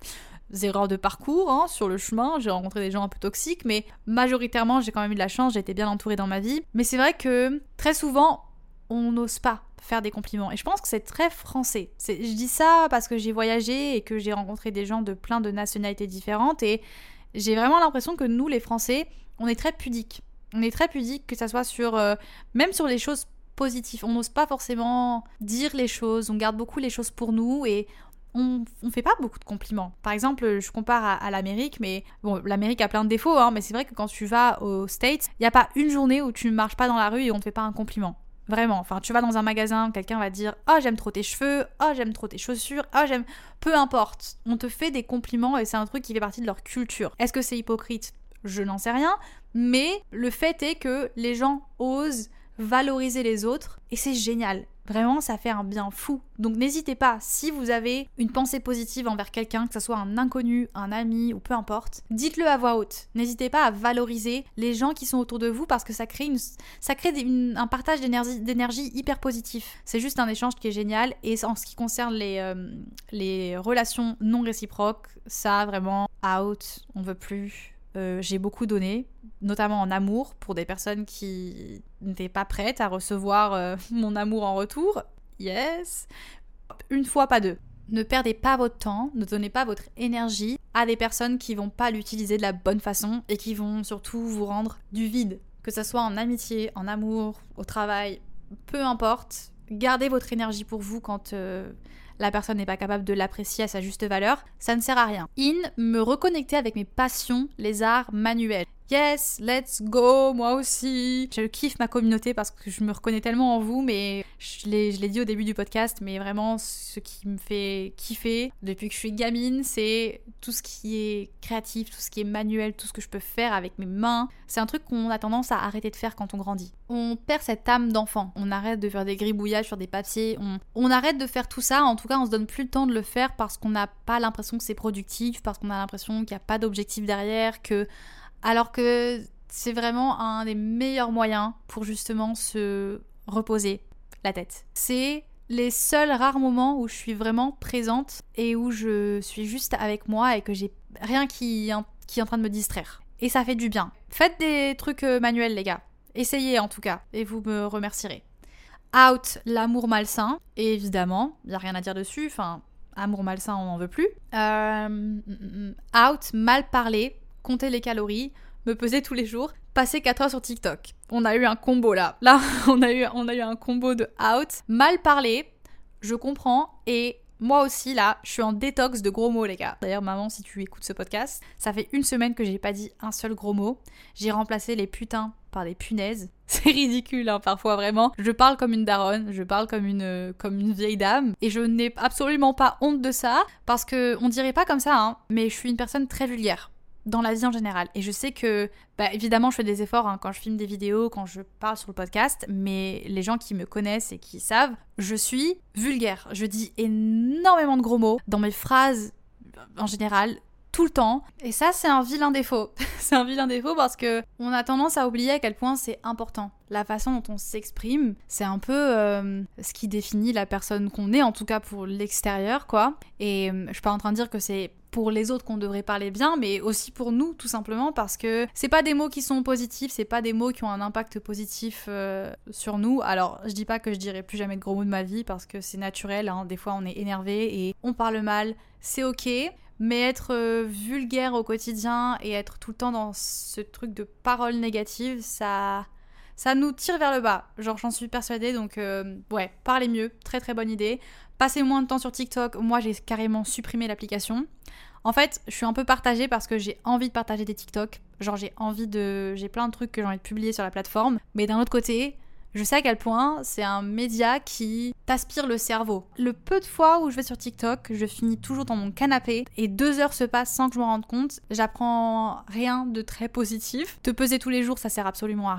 erreurs de parcours hein, sur le chemin, j'ai rencontré des gens un peu toxiques, mais majoritairement j'ai quand même eu de la chance, j'ai été bien entourée dans ma vie. Mais c'est vrai que très souvent, on n'ose pas faire des compliments. Et je pense que c'est très français. C'est, je dis ça parce que j'ai voyagé et que j'ai rencontré des gens de plein de nationalités différentes et j'ai vraiment l'impression que nous, les Français, on est très pudiques. On est très pudiques, que ça soit sur... Euh, même sur les choses positives. On n'ose pas forcément dire les choses, on garde beaucoup les choses pour nous et on ne fait pas beaucoup de compliments. Par exemple, je compare à, à l'Amérique, mais bon, l'Amérique a plein de défauts, hein, mais c'est vrai que quand tu vas aux States, il n'y a pas une journée où tu ne marches pas dans la rue et on ne te fait pas un compliment. Vraiment, enfin, tu vas dans un magasin, quelqu'un va dire « Oh, j'aime trop tes cheveux, oh, j'aime trop tes chaussures, oh, j'aime... » Peu importe, on te fait des compliments et c'est un truc qui fait partie de leur culture. Est-ce que c'est hypocrite ? Je n'en sais rien, mais le fait est que les gens osent valoriser les autres et c'est génial. Vraiment, ça fait un bien fou. Donc n'hésitez pas, si vous avez une pensée positive envers quelqu'un, que ce soit un inconnu, un ami ou peu importe, dites-le à voix haute. N'hésitez pas à valoriser les gens qui sont autour de vous parce que ça crée, une, ça crée une, un partage d'énergie, d'énergie hyper positif. C'est juste un échange qui est génial et en ce qui concerne les, euh, les relations non réciproques, ça vraiment out, on veut plus... Euh, j'ai beaucoup donné, notamment en amour, pour des personnes qui n'étaient pas prêtes à recevoir euh, mon amour en retour. Yes. Une fois, pas deux. Ne perdez pas votre temps, ne donnez pas votre énergie à des personnes qui vont pas l'utiliser de la bonne façon et qui vont surtout vous rendre du vide. Que ça soit en amitié, en amour, au travail, peu importe. Gardez votre énergie pour vous quand... Euh, la personne n'est pas capable de l'apprécier à sa juste valeur, ça ne sert à rien. In, me reconnecter avec mes passions, les arts manuels. Yes, let's go, moi aussi. Je kiffe ma communauté parce que je me reconnais tellement en vous, mais je l'ai, je l'ai dit au début du podcast, mais vraiment ce qui me fait kiffer depuis que je suis gamine, c'est tout ce qui est créatif, tout ce qui est manuel, tout ce que je peux faire avec mes mains. C'est un truc qu'on a tendance à arrêter de faire quand on grandit. On perd cette âme d'enfant. On arrête de faire des gribouillages sur des papiers. On, on arrête de faire tout ça. En tout cas, on se donne plus le temps de le faire parce qu'on n'a pas l'impression que c'est productif, parce qu'on a l'impression qu'il n'y a pas d'objectif derrière, que... Alors que c'est vraiment un des meilleurs moyens pour justement se reposer la tête. C'est les seuls rares moments où je suis vraiment présente et où je suis juste avec moi et que j'ai rien qui, qui est en train de me distraire. Et ça fait du bien. Faites des trucs manuels, les gars. Essayez en tout cas et vous me remercierez. Out, l'amour malsain. Et évidemment, il n'y a rien à dire dessus. Enfin, amour malsain, on n'en veut plus. Euh, out, mal parler. Compter les calories, me peser tous les jours, passer quatre heures sur TikTok. On a eu un combo là. Là, on a eu, on a eu un combo de out. Mal parler, je comprends. Et moi aussi, là, je suis en détox de gros mots, les gars. D'ailleurs, maman, si tu écoutes ce podcast, ça fait une semaine que j'ai pas dit un seul gros mot. J'ai remplacé les putains par des punaises. C'est ridicule, hein, parfois, vraiment. Je parle comme une daronne, je parle comme une, comme une vieille dame. Et je n'ai absolument pas honte de ça, parce que on dirait pas comme ça, hein, mais je suis une personne très vulgaire. Dans la vie en général. Et je sais que, bah, évidemment, je fais des efforts hein, quand je filme des vidéos, quand je parle sur le podcast, mais les gens qui me connaissent et qui savent, je suis vulgaire. Je dis énormément de gros mots dans mes phrases en général, tout le temps. Et ça, c'est un vilain défaut. C'est un vilain défaut parce que on a tendance à oublier à quel point c'est important. La façon dont on s'exprime, c'est un peu euh, ce qui définit la personne qu'on est, en tout cas pour l'extérieur, quoi. Et euh, je suis pas en train de dire que c'est pour les autres qu'on devrait parler bien, mais aussi pour nous, tout simplement, parce que c'est pas des mots qui sont positifs, c'est pas des mots qui ont un impact positif euh, sur nous. Alors, je dis pas que je dirai plus jamais de gros mots de ma vie, parce que c'est naturel, hein. Des fois on est énervé et on parle mal, c'est ok. Mais être euh, vulgaire au quotidien et être tout le temps dans ce truc de paroles négatives, ça, ça nous tire vers le bas. Genre, j'en suis persuadée, donc euh, ouais, parlez mieux, très très bonne idée. Passez moins de temps sur TikTok, moi j'ai carrément supprimé l'application. En fait, je suis un peu partagée parce que j'ai envie de partager des TikTok. Genre, j'ai envie de... J'ai plein de trucs que j'ai envie de publier sur la plateforme. Mais d'un autre côté... Je sais à quel point c'est un média qui t'aspire le cerveau. Le peu de fois où je vais sur TikTok, je finis toujours dans mon canapé et deux heures se passent sans que je m'en rende compte. J'apprends rien de très positif. Te peser tous les jours, ça sert absolument à rien.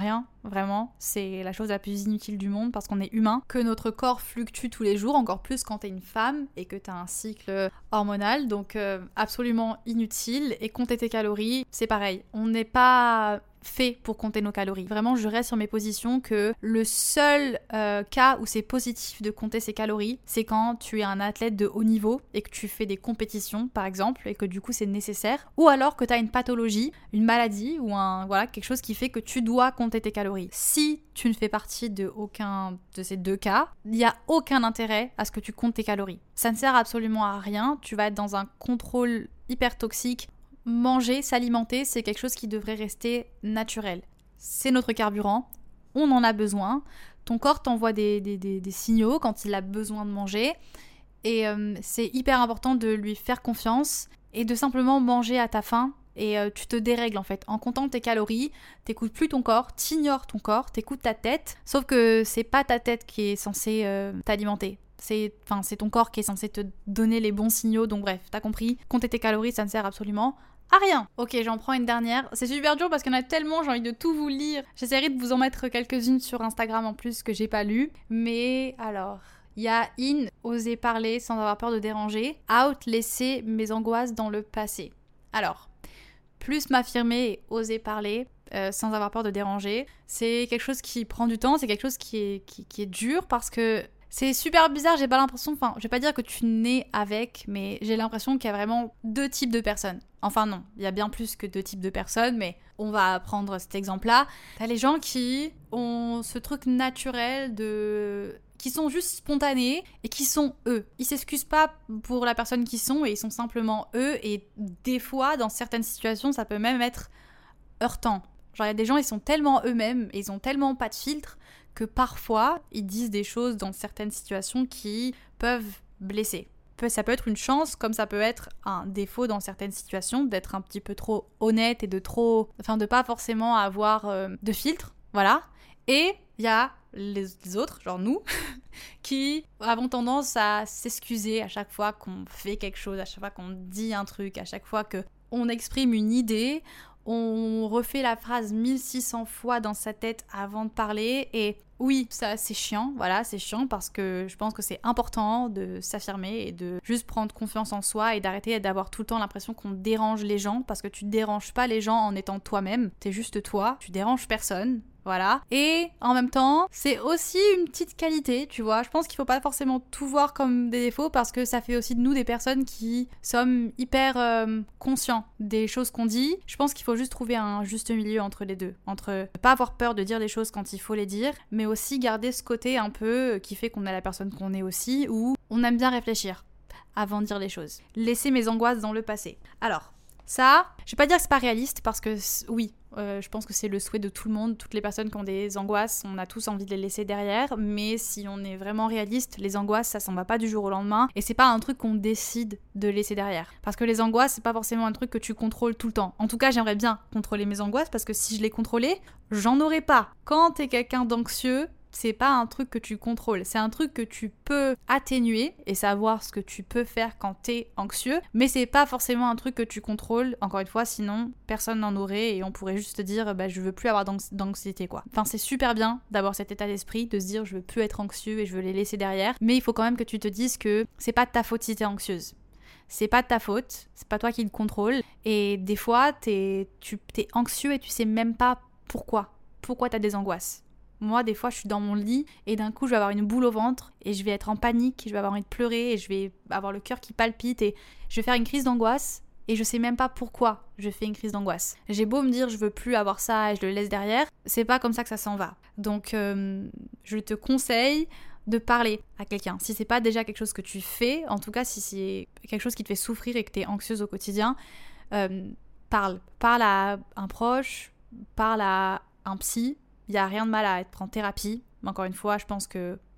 Vraiment, c'est la chose la plus inutile du monde parce qu'on est humain, que notre corps fluctue tous les jours, encore plus quand t'es une femme et que t'as un cycle hormonal, donc euh, absolument inutile. Et compter tes calories, c'est pareil, on n'est pas fait pour compter nos calories. Vraiment, je reste sur mes positions que le seul euh, cas où c'est positif de compter ses calories, c'est quand tu es un athlète de haut niveau et que tu fais des compétitions, par exemple, et que du coup c'est nécessaire. Ou alors que tu as une pathologie, une maladie ou un voilà quelque chose qui fait que tu dois compter tes calories. Si tu ne fais partie de aucun de ces deux cas, il n'y a aucun intérêt à ce que tu comptes tes calories. Ça ne sert absolument à rien. Tu vas être dans un contrôle hyper toxique. Manger, s'alimenter, c'est quelque chose qui devrait rester naturel. C'est notre carburant, on en a besoin. Ton corps t'envoie des, des, des, des signaux quand il a besoin de manger. Et euh, c'est hyper important de lui faire confiance et de simplement manger à ta faim. Et euh, tu te dérègles en fait. En comptant tes calories, t'écoutes plus ton corps, t'ignores ton corps, t'écoutes ta tête. Sauf que c'est pas ta tête qui est censée euh, t'alimenter. C'est, enfin, c'est ton corps qui est censé te donner les bons signaux. Donc bref, t'as compris. Compter tes calories, ça ne sert absolument à rien. Ok, j'en prends une dernière. C'est super dur parce qu'il y en a tellement, j'ai envie de tout vous lire. J'essaierai de vous en mettre quelques-unes sur Instagram en plus que j'ai pas lues. Mais alors, il y a in, oser parler sans avoir peur de déranger. Out, laisser mes angoisses dans le passé. Alors, plus m'affirmer et oser parler euh, sans avoir peur de déranger. C'est quelque chose qui prend du temps, c'est quelque chose qui est, qui, qui est dur parce que c'est super bizarre, j'ai pas l'impression, enfin, je vais pas dire que tu nais avec, mais j'ai l'impression qu'il y a vraiment deux types de personnes. Enfin non, il y a bien plus que deux types de personnes, mais on va prendre cet exemple-là. T'as les gens qui ont ce truc naturel de... qui sont juste spontanés et qui sont eux. Ils s'excusent pas pour la personne qu'ils sont et ils sont simplement eux, et des fois, dans certaines situations, ça peut même être heurtant. Genre, il y a des gens, ils sont tellement eux-mêmes et ils ont tellement pas de filtre que parfois, ils disent des choses dans certaines situations qui peuvent blesser. Ça peut être une chance, comme ça peut être un défaut dans certaines situations, d'être un petit peu trop honnête et de trop... Enfin, de pas forcément avoir euh, de filtre, voilà. Et il y a les autres, genre nous, qui avons tendance à s'excuser à chaque fois qu'on fait quelque chose, à chaque fois qu'on dit un truc, à chaque fois qu'on exprime une idée. On refait la phrase mille six cents fois dans sa tête avant de parler et oui, ça c'est chiant, voilà, c'est chiant parce que je pense que c'est important de s'affirmer et de juste prendre confiance en soi et d'arrêter d'avoir tout le temps l'impression qu'on dérange les gens parce que tu déranges pas les gens en étant toi-même, t'es juste toi, tu déranges personne. Voilà. Et en même temps, c'est aussi une petite qualité, tu vois. Je pense qu'il faut pas forcément tout voir comme des défauts parce que ça fait aussi de nous des personnes qui sommes hyper euh, conscients des choses qu'on dit. Je pense qu'il faut juste trouver un juste milieu entre les deux. Entre ne pas avoir peur de dire des choses quand il faut les dire, mais aussi garder ce côté un peu qui fait qu'on est la personne qu'on est aussi, où on aime bien réfléchir avant de dire les choses. Laisser mes angoisses dans le passé. Alors, ça, je vais pas dire que c'est pas réaliste parce que oui, euh, je pense que c'est le souhait de tout le monde, toutes les personnes qui ont des angoisses, on a tous envie de les laisser derrière, mais si on est vraiment réaliste, les angoisses ça s'en va pas du jour au lendemain et c'est pas un truc qu'on décide de laisser derrière. Parce que les angoisses c'est pas forcément un truc que tu contrôles tout le temps. En tout cas j'aimerais bien contrôler mes angoisses parce que si je les contrôlais, j'en aurais pas. Quand t'es quelqu'un d'anxieux, c'est pas un truc que tu contrôles, c'est un truc que tu peux atténuer et savoir ce que tu peux faire quand t'es anxieux, mais c'est pas forcément un truc que tu contrôles, encore une fois, sinon personne n'en aurait et on pourrait juste te dire bah je veux plus avoir d'anx- d'anxiété quoi. Enfin c'est super bien d'avoir cet état d'esprit, de se dire je veux plus être anxieux et je veux les laisser derrière, mais il faut quand même que tu te dises que c'est pas de ta faute si t'es anxieuse. C'est pas de ta faute, c'est pas toi qui le contrôle et des fois t'es, tu, t'es anxieux et tu sais même pas pourquoi, pourquoi t'as des angoisses. Moi, des fois, je suis dans mon lit et d'un coup, je vais avoir une boule au ventre et je vais être en panique, je vais avoir envie de pleurer et je vais avoir le cœur qui palpite et je vais faire une crise d'angoisse et je sais même pas pourquoi je fais une crise d'angoisse. J'ai beau me dire je veux plus avoir ça et je le laisse derrière, c'est pas comme ça que ça s'en va. Donc, euh, je te conseille de parler à quelqu'un. Si c'est pas déjà quelque chose que tu fais, en tout cas, si c'est quelque chose qui te fait souffrir et que t'es anxieuse au quotidien, euh, parle. Parle à un proche, parle à un psy. Il n'y a rien de mal à être en thérapie. Mais encore une fois, je pense que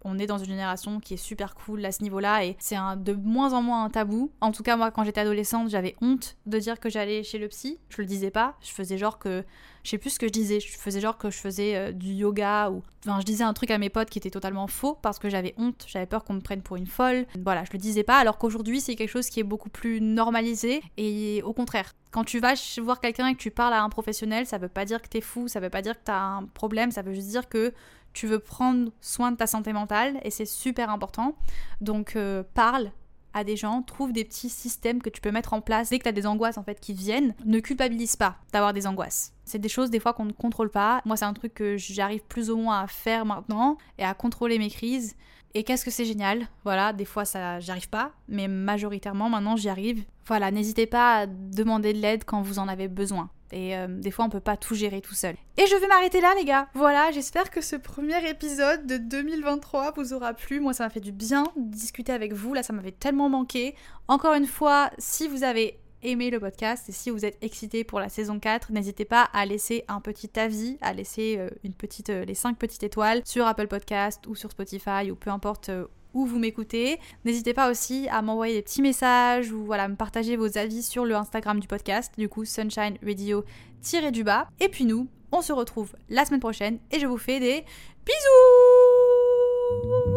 on est dans une génération qui est super cool à ce niveau-là et c'est un, de moins en moins un tabou. En tout cas, moi, quand j'étais adolescente, j'avais honte de dire que j'allais chez le psy. Je le disais pas. Je faisais genre que... Je sais plus ce que je disais. Je faisais genre que je faisais euh, du yoga ou... Enfin, je disais un truc à mes potes qui était totalement faux parce que j'avais honte. J'avais peur qu'on me prenne pour une folle. Voilà, je le disais pas. Alors qu'aujourd'hui, c'est quelque chose qui est beaucoup plus normalisé et au contraire. Quand tu vas voir quelqu'un et que tu parles à un professionnel, ça veut pas dire que t'es fou, ça veut pas dire que t'as un problème, ça veut juste dire que tu veux prendre soin de ta santé mentale et c'est super important. Donc euh, parle à des gens, trouve des petits systèmes que tu peux mettre en place dès que tu as des angoisses en fait qui viennent. Ne culpabilise pas d'avoir des angoisses. C'est des choses des fois qu'on ne contrôle pas. Moi, c'est un truc que j'arrive plus ou moins à faire maintenant et à contrôler mes crises. Et qu'est-ce que c'est génial. Voilà, des fois ça j'y arrive pas, mais majoritairement maintenant j'y arrive. Voilà, n'hésitez pas à demander de l'aide quand vous en avez besoin. Et euh, des fois on peut pas tout gérer tout seul. Et je vais m'arrêter là les gars. Voilà, j'espère que ce premier épisode de deux mille vingt-trois vous aura plu. Moi ça m'a fait du bien de discuter avec vous. Là ça m'avait tellement manqué. Encore une fois, si vous avez aimé le podcast et si vous êtes excité pour la saison quatre, n'hésitez pas à laisser un petit avis, à laisser euh, une petite, euh, les cinq petites étoiles sur Apple Podcast ou sur Spotify ou peu importe euh, où vous m'écoutez. N'hésitez pas aussi à m'envoyer des petits messages ou voilà, me partager vos avis sur le Instagram du podcast, du coup Sunshine Radio-du-bas. Et puis nous, on se retrouve la semaine prochaine et je vous fais des bisous.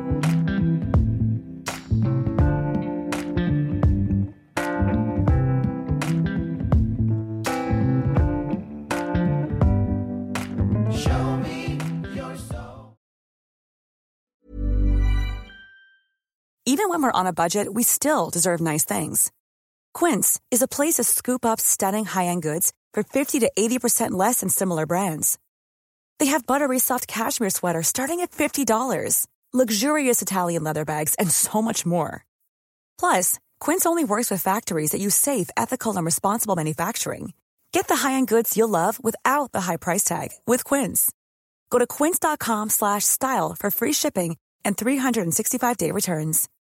Even when we're on a budget, we still deserve nice things. Quince is a place to scoop up stunning high-end goods for fifty to eighty percent less than similar brands. They have buttery soft cashmere sweaters starting at fifty dollars, luxurious Italian leather bags, and so much more. Plus, Quince only works with factories that use safe, ethical, and responsible manufacturing. Get the high-end goods you'll love without the high price tag with Quince. Go to quince.com slash style for free shipping and three sixty-five day returns.